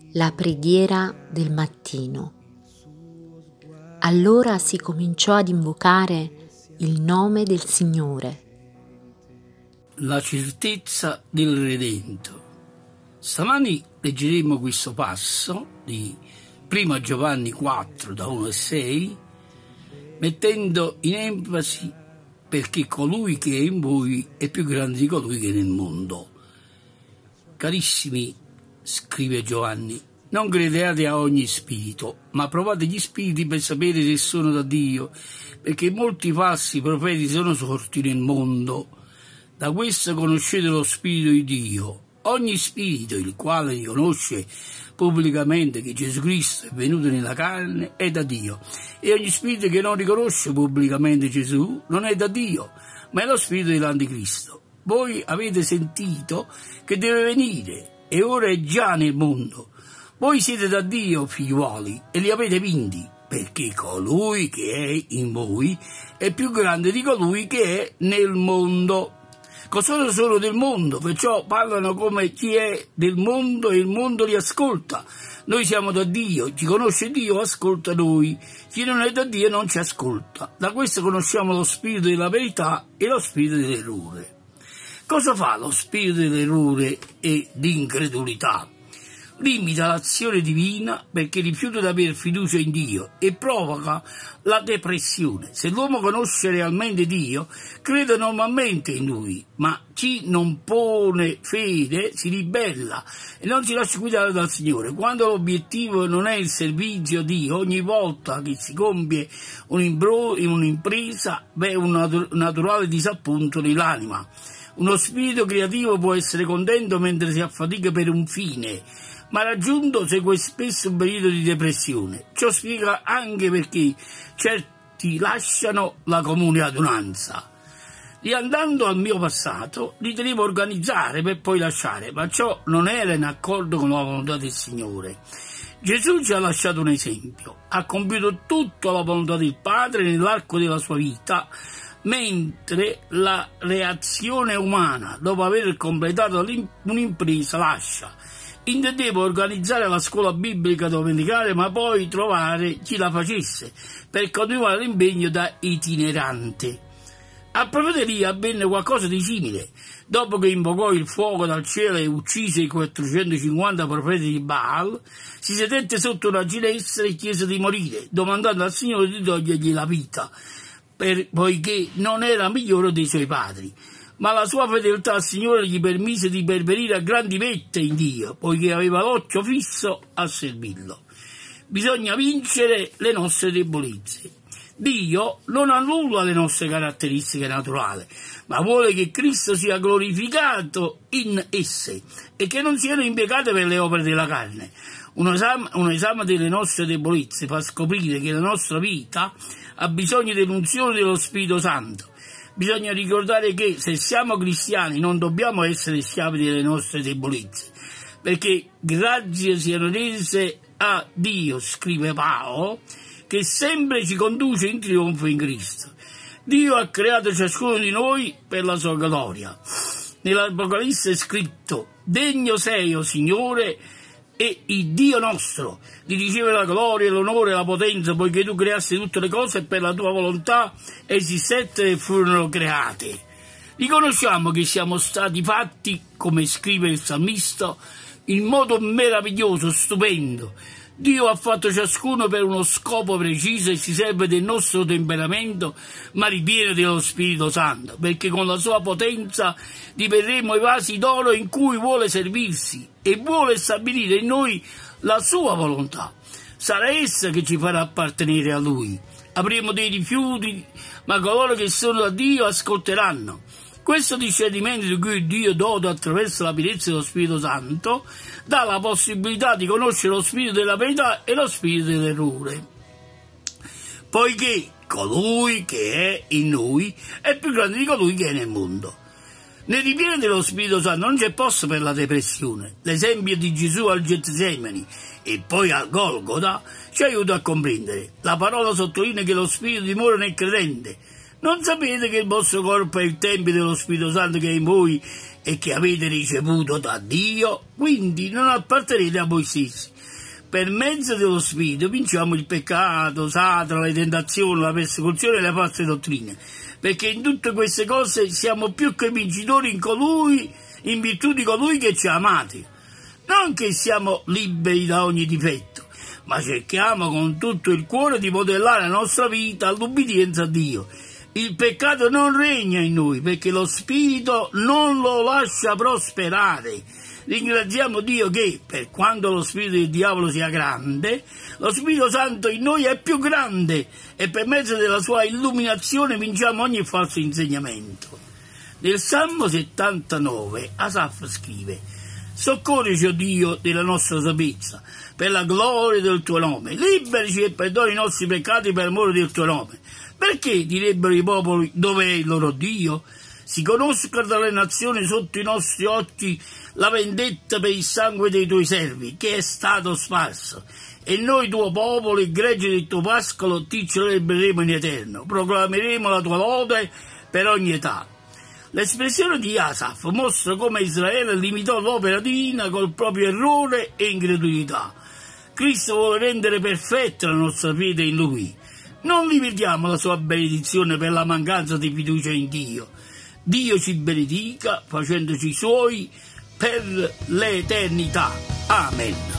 La preghiera del mattino. Allora si cominciò ad invocare il nome del Signore. La certezza del Redento. Stamani leggeremo questo passo di 1 Giovanni 4, da 1 a 6, mettendo in enfasi perché colui che è in voi è più grande di colui che è nel mondo. Carissimi, scrive Giovanni, non crediate a ogni spirito, ma provate gli spiriti per sapere se sono da Dio, perché molti falsi profeti sono sorti nel mondo. Da questo conoscete lo Spirito di Dio. Ogni spirito, il quale riconosce pubblicamente che Gesù Cristo è venuto nella carne, è da Dio. E ogni spirito che non riconosce pubblicamente Gesù non è da Dio, ma è lo spirito dell'Anticristo. Voi avete sentito che deve venire, e ora è già nel mondo. Voi siete da Dio, figliuoli, e li avete vinti, perché colui che è in voi è più grande di colui che è nel mondo. Costoro sono del mondo, perciò parlano come chi è del mondo e il mondo li ascolta. Noi siamo da Dio, chi conosce Dio ascolta noi, chi non è da Dio non ci ascolta. Da questo conosciamo lo spirito della verità e lo spirito dell'errore. Cosa fa lo spirito dell'errore e di incredulità? Limita l'azione divina perché rifiuta di avere fiducia in Dio e provoca la depressione. Se l'uomo conosce realmente Dio, crede normalmente in Lui, ma chi non pone fede si ribella e non si lascia guidare dal Signore. Quando l'obiettivo non è il servizio a Dio, ogni volta che si compie un'impresa, v'è un naturale disappunto nell'anima. Uno spirito creativo può essere contento mentre si affatica per un fine, ma raggiunto segue spesso un periodo di depressione. Ciò spiega anche perché certi lasciano la comune adunanza. Riandando al mio passato, li devo organizzare per poi lasciare, ma ciò non era in accordo con la volontà del Signore. Gesù ci ha lasciato un esempio, ha compiuto tutta la volontà del Padre nell'arco della sua vita, mentre la reazione umana, dopo aver completato un'impresa, lascia. Intendevo organizzare la scuola biblica domenicale, ma poi trovare chi la facesse per continuare l'impegno da itinerante. A Profeteria avvenne qualcosa di simile. Dopo che invocò il fuoco dal cielo e uccise i 450 profeti di Baal, si sedette sotto una ginestra e chiese di morire, domandando al Signore di togliergli la vita, poiché non era migliore dei suoi padri. Ma la sua fedeltà al Signore gli permise di pervenire a grandi vette in Dio, poiché aveva l'occhio fisso a servirlo. Bisogna vincere le nostre debolezze. Dio non annulla le nostre caratteristiche naturali, ma vuole che Cristo sia glorificato in esse e che non siano impiegate per le opere della carne. Un esame delle nostre debolezze fa scoprire che la nostra vita ha bisogno dell'unzione dello Spirito Santo. Bisogna ricordare che se siamo cristiani non dobbiamo essere schiavi delle nostre debolezze, perché grazie siano rese a Dio, scrive Paolo, che sempre ci conduce in trionfo in Cristo. Dio ha creato ciascuno di noi per la sua gloria. Nell'Apocalisse è scritto: degno sei, o Signore, e il Dio nostro, di ricevere la gloria, l'onore e la potenza, poiché tu creasti tutte le cose e per la tua volontà esistette e furono create. Riconosciamo che siamo stati fatti, come scrive il salmista, in modo meraviglioso, stupendo. Dio ha fatto ciascuno per uno scopo preciso e si serve del nostro temperamento, ma ripieno dello Spirito Santo, perché con la sua potenza diverremo i vasi d'oro in cui vuole servirsi e vuole stabilire in noi la sua volontà. Sarà essa che ci farà appartenere a Lui. Avremo dei rifiuti, ma coloro che sono da Dio ascolteranno. Questo discernimento di cui Dio dota attraverso la pienezza dello Spirito Santo dà la possibilità di conoscere lo spirito della verità e lo spirito dell'errore, poiché colui che è in noi è più grande di colui che è nel mondo. Nel ripieno dello Spirito Santo non c'è posto per la depressione. L'esempio di Gesù al Getsemani e poi al Golgota ci aiuta a comprendere. La parola sottolinea che lo Spirito dimora nel credente. Non sapete che il vostro corpo è il tempio dello Spirito Santo che è in voi e che avete ricevuto da Dio? Quindi non appartenete a voi stessi, Per mezzo dello Spirito vinciamo il peccato, Satana, le tentazioni, la persecuzione e le false dottrine, perché in tutte queste cose siamo più che vincitori in virtù di colui che ci ha amati. Non che siamo liberi da ogni difetto, ma cerchiamo con tutto il cuore di modellare la nostra vita all'ubbidienza a Dio. Il peccato non regna in noi, perché lo Spirito non lo lascia prosperare. Ringraziamo Dio che, per quanto lo spirito del diavolo sia grande, lo Spirito Santo in noi è più grande e per mezzo della sua illuminazione vinciamo ogni falso insegnamento. Nel Salmo 79 Asaf scrive: «Soccorrici, o Dio, della nostra sapienza, per la gloria del tuo nome. Liberici e perdona i nostri peccati per amore del tuo nome». Perché direbbero i popoli: dov'è il loro Dio? Si conosca dalle nazioni sotto i nostri occhi la vendetta per il sangue dei tuoi servi, che è stato sparso. E noi, tuo popolo, il gregge del tuo pascolo, ti celebreremo in eterno. Proclameremo la tua lode per ogni età. L'espressione di Asaf mostra come Israele limitò l'opera divina col proprio errore e incredulità. Cristo vuole rendere perfetta la nostra fede in Lui. Non limitiamo la sua benedizione per la mancanza di fiducia in Dio. Dio ci benedica facendoci suoi per l'eternità. Amen.